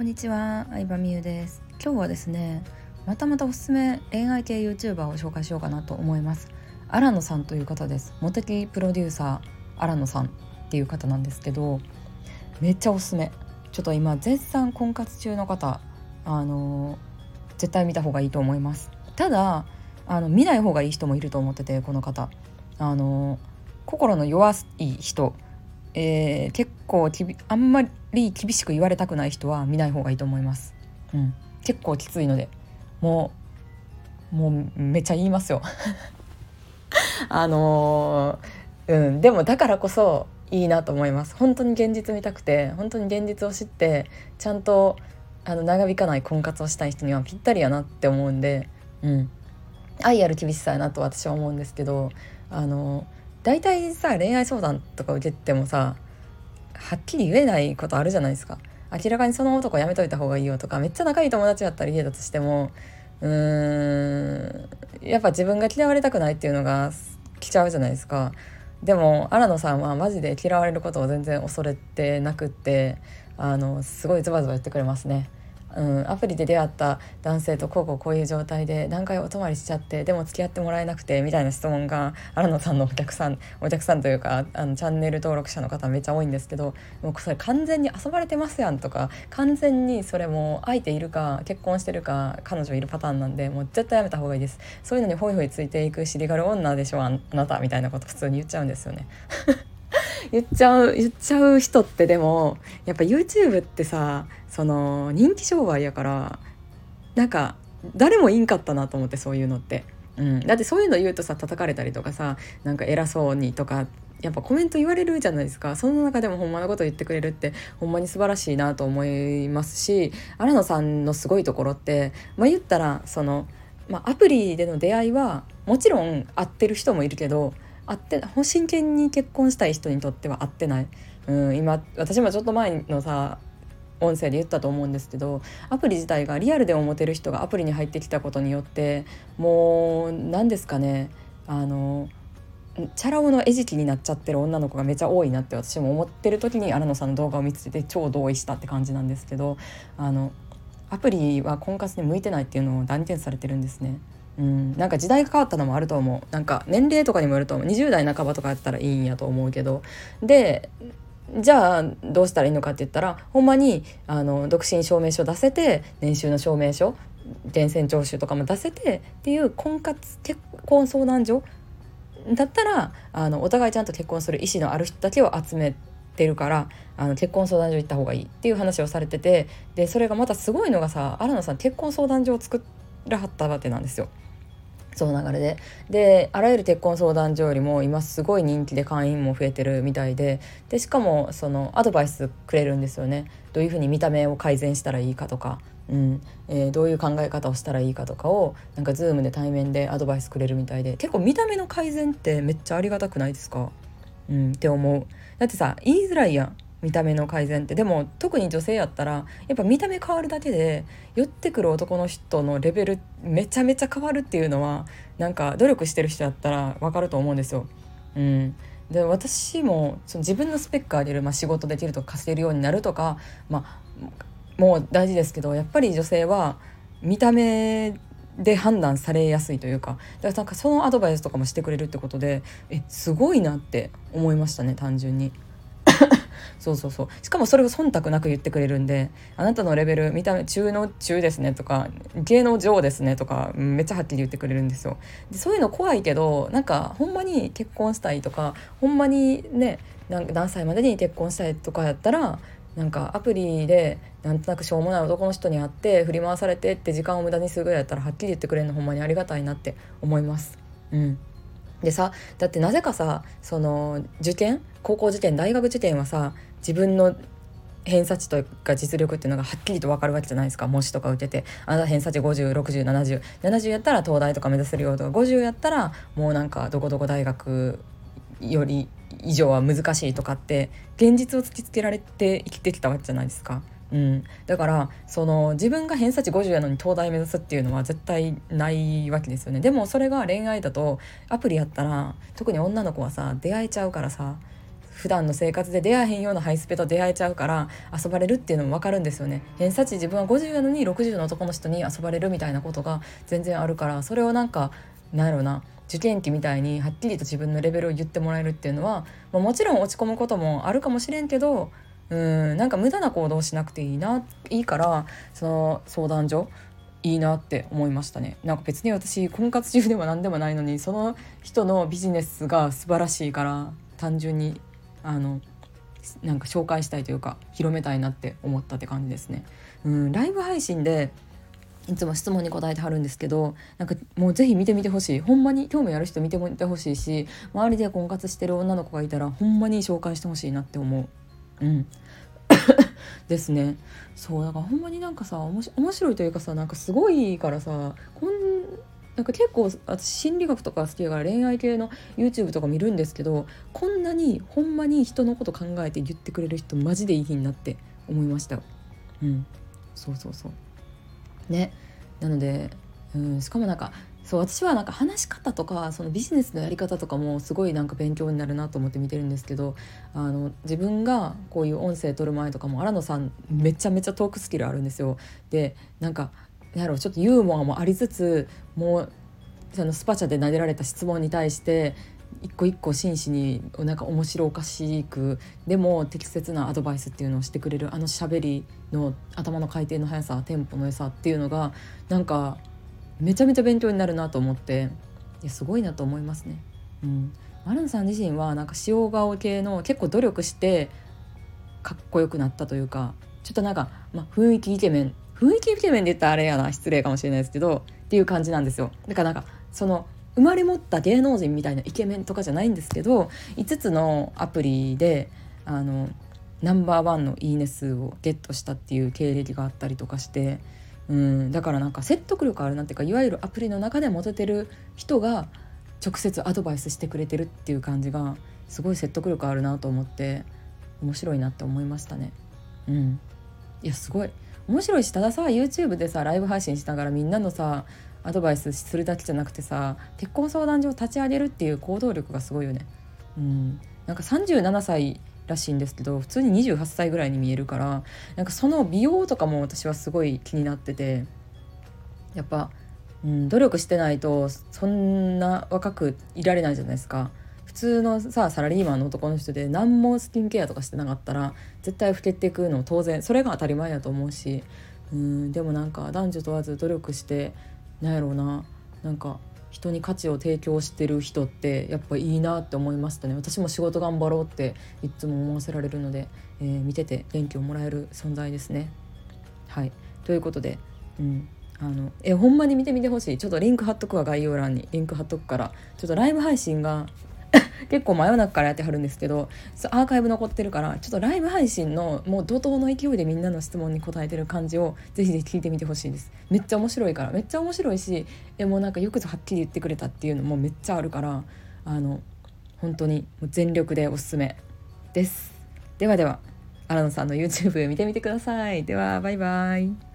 にちは、相葉美優です。今日はですね、またおすすめ恋愛系 YouTuber を紹介しようかなと思います。新野さんという方です。モテキプロデューサー新野さんっていう方なんですけど、めっちゃおすすめ。ちょっと今絶賛婚活中の方、絶対見た方がいいと思います。ただ見ない方がいい人もいると思ってて、この方心の弱い人、結構あんまり厳しく言われたくない人は見ない方がいいと思います。結構きついので、もうめっちゃ言いますよでもだからこそいいなと思います。本当に現実見たくて、本当に現実を知ってちゃんと長引かない婚活をしたい人にはぴったりやなって思うんで、愛ある厳しさやなと私は思うんですけど、大体さ、恋愛相談とか受けてもさ、はっきり言えないことあるじゃないですか。明らかにその男やめといた方がいいよとか、めっちゃ仲いい友達だったら家だとしても、やっぱ自分が嫌われたくないっていうのが来ちゃうじゃないですか。でも新野さんはマジで嫌われることを全然恐れてなくって、すごいズバズバ言ってくれますね。アプリで出会った男性とこういう状態で何回お泊まりしちゃって、でも付き合ってもらえなくてみたいな質問が新野さんのお客さんというかチャンネル登録者の方めっちゃ多いんですけど、もうそれ完全に遊ばれてますやんとか、完全にそれも相手いるか結婚してるか彼女いるパターンなんで、もう絶対やめた方がいいです。そういうのにホイホイついていく尻軽女でしょ、あなたみたいなこと普通に言っちゃうんですよね言っちゃう人って、でもやっぱ YouTube ってさ、その人気商売やから、なんか誰もいいんかったなと思って、そういうのって、だってそういうの言うとさ、叩かれたりとかさ、なんか偉そうにとかやっぱコメント言われるじゃないですか。その中でもほんまのこと言ってくれるってほんまに素晴らしいなと思いますし、新野さんのすごいところって、言ったらその、アプリでの出会いはもちろん合ってる人もいるけど、真剣に結婚したい人にとっては合ってない。今私もちょっと前のさ音声で言ったと思うんですけど、アプリ自体がリアルでもモテる人がアプリに入ってきたことによって、もう何ですかね、チャラ男の餌食になっちゃってる女の子がめちゃ多いなって私も思ってる時に新野さんの動画を見つけて超同意したって感じなんですけど、アプリは婚活に向いてないっていうのを断言されてるんですね。なんか時代が変わったのもあると思う。なんか年齢とかにもよると思う。20代半ばとかやったらいいんやと思うけど、でじゃあどうしたらいいのかって言ったら、ほんまに独身証明書出せて、年収の証明書、源泉徴収とかも出せてっていう結婚相談所だったら、お互いちゃんと結婚する意思のある人だけを集めてるから、結婚相談所行った方がいいっていう話をされてて、でそれがまたすごいのがさ、新野さん結婚相談所を作らはったわけなんですよ。その流れであらゆる結婚相談所よりも今すごい人気で会員も増えてるみたいで、しかもそのアドバイスくれるんですよね。どういうふうに見た目を改善したらいいかとか、どういう考え方をしたらいいかとかをなんか Zoom で対面でアドバイスくれるみたいで、結構見た目の改善ってめっちゃありがたくないですか？って思う。だってさ、言いづらいやん、見た目の改善って。でも特に女性やったらやっぱ見た目変わるだけで寄ってくる男の人のレベルめちゃめちゃ変わるっていうのは、なんか努力してる人やったら分かると思うんですよ。で私もその自分のスペック上げる、仕事できるとか稼げるようになるとか、もう大事ですけど、やっぱり女性は見た目で判断されやすいというか、だからなんかそのアドバイスとかもしてくれるってことで、すごいなって思いましたね、単純に。そうそうそう。しかもそれを忖度なく言ってくれるんで、あなたのレベル見た目中の中ですねとか芸能上ですねとか、めっちゃはっきり言ってくれるんですよ。でそういうの怖いけど、なんかほんまに結婚したいとか、ほんまにね、なんか何歳までに結婚したいとかやったら、なんかアプリでなんとなくしょうもない男の人に会って振り回されてって時間を無駄にするぐらいやったら、はっきり言ってくれるのほんまにありがたいなって思います。でさ、だってなぜかさ、その高校受験、大学受験はさ、自分の偏差値とか実力っていうのがはっきりと分かるわけじゃないですか。模試とか受けて、あなた偏差値50、60、70やったら東大とか目指せるよとか、50やったらもうなんかどこどこ大学より以上は難しいとかって現実を突きつけられて生きてきたわけじゃないですか。だからその自分が偏差値50やのに東大目指すっていうのは絶対ないわけですよね。でもそれが恋愛だと、アプリやったら特に女の子はさ出会えちゃうからさ、 普段の生活で出会えへんようなハイスペと出会えちゃうから遊ばれるっていうのも分かるんですよね。偏差値自分は50やのに60の男の人に遊ばれるみたいなことが全然あるから、それをなんかなんやろうな、受験期みたいにはっきりと自分のレベルを言ってもらえるっていうのは、もちろん落ち込むこともあるかもしれんけど、なんか無駄な行動をしなくていいから、その相談所いいなって思いましたね。なんか別に私婚活中でも何でもないのに、その人のビジネスが素晴らしいから単純になんか紹介したいというか広めたいなって思ったって感じですね。ライブ配信でいつも質問に答えてはるんですけど、なんかもうぜひ見てみてほしい。ほんまに興味ある人見てみてほしいし、周りで婚活してる女の子がいたらほんまに紹介してほしいなって思う。ですね。そうだからほんまになんかさ、面白いというかさ、なんかすごいからさ、なんか結構私心理学とか好きだから恋愛系の YouTube とか見るんですけど、こんなにほんまに人のこと考えて言ってくれる人マジでいい日になって思いました。そうそうそうね。なので、しかもなんかそう私はなんか話し方とかそのビジネスのやり方とかもすごいなんか勉強になるなと思って見てるんですけど、自分がこういう音声取る前とかも新野さんめちゃめちゃトークスキルあるんですよ。でなんかなんやろう、ちょっとユーモアもありつつ、もうそのスパチャで投げられた質問に対して一個一個真摯になんか面白おかしくでも適切なアドバイスっていうのをしてくれる、喋りの頭の回転の速さ、テンポの良さっていうのがなんかめちゃめちゃ勉強になるなと思って、いやすごいなと思いますね。マルンさん自身はなんか塩顔系の結構努力してかっこよくなったというか、ちょっとなんか、雰囲気イケメンで言ったらあれやな、失礼かもしれないですけどっていう感じなんですよ。だからなんかその生まれ持った芸能人みたいなイケメンとかじゃないんですけど、5つのアプリでナンバーワンのいいね数をゲットしたっていう経歴があったりとかして、だからなんか説得力あるなっていうか、いわゆるアプリの中でモテてる人が直接アドバイスしてくれてるっていう感じがすごい説得力あるなと思って面白いなって思いましたね。いやすごい面白いし、たださ YouTube でさライブ配信しながらみんなのさアドバイスするだけじゃなくてさ、結婚相談所を立ち上げるっていう行動力がすごいよね。なんか37歳らしいんですけど普通に28歳ぐらいに見えるから、なんかその美容とかも私はすごい気になってて、やっぱ、努力してないとそんな若くいられないじゃないですか。普通のさサラリーマンの男の人で何もスキンケアとかしてなかったら絶対老けていくの当然それが当たり前だと思うし、でもなんか男女問わず努力してなんやろうな、なんか人に価値を提供してる人ってやっぱいいなって思いましたね。私も仕事頑張ろうっていつも思わせられるので、見てて元気をもらえる存在ですね。はいということで、ほんまに見てみてほしい。ちょっとリンク貼っとくわ、概要欄にリンク貼っとくから。ちょっとライブ配信が結構真夜中からやってはるんですけど、アーカイブ残ってるから、ちょっとライブ配信のもう怒涛の勢いでみんなの質問に答えてる感じをぜひぜひ聞いてみてほしいです。めっちゃ面白いから、めっちゃ面白いし、もうなんかよくぞはっきり言ってくれたっていうのもめっちゃあるから、本当にもう全力でおすすめです。ではでは新野さんの YouTube 見てみてください。ではバイバイ。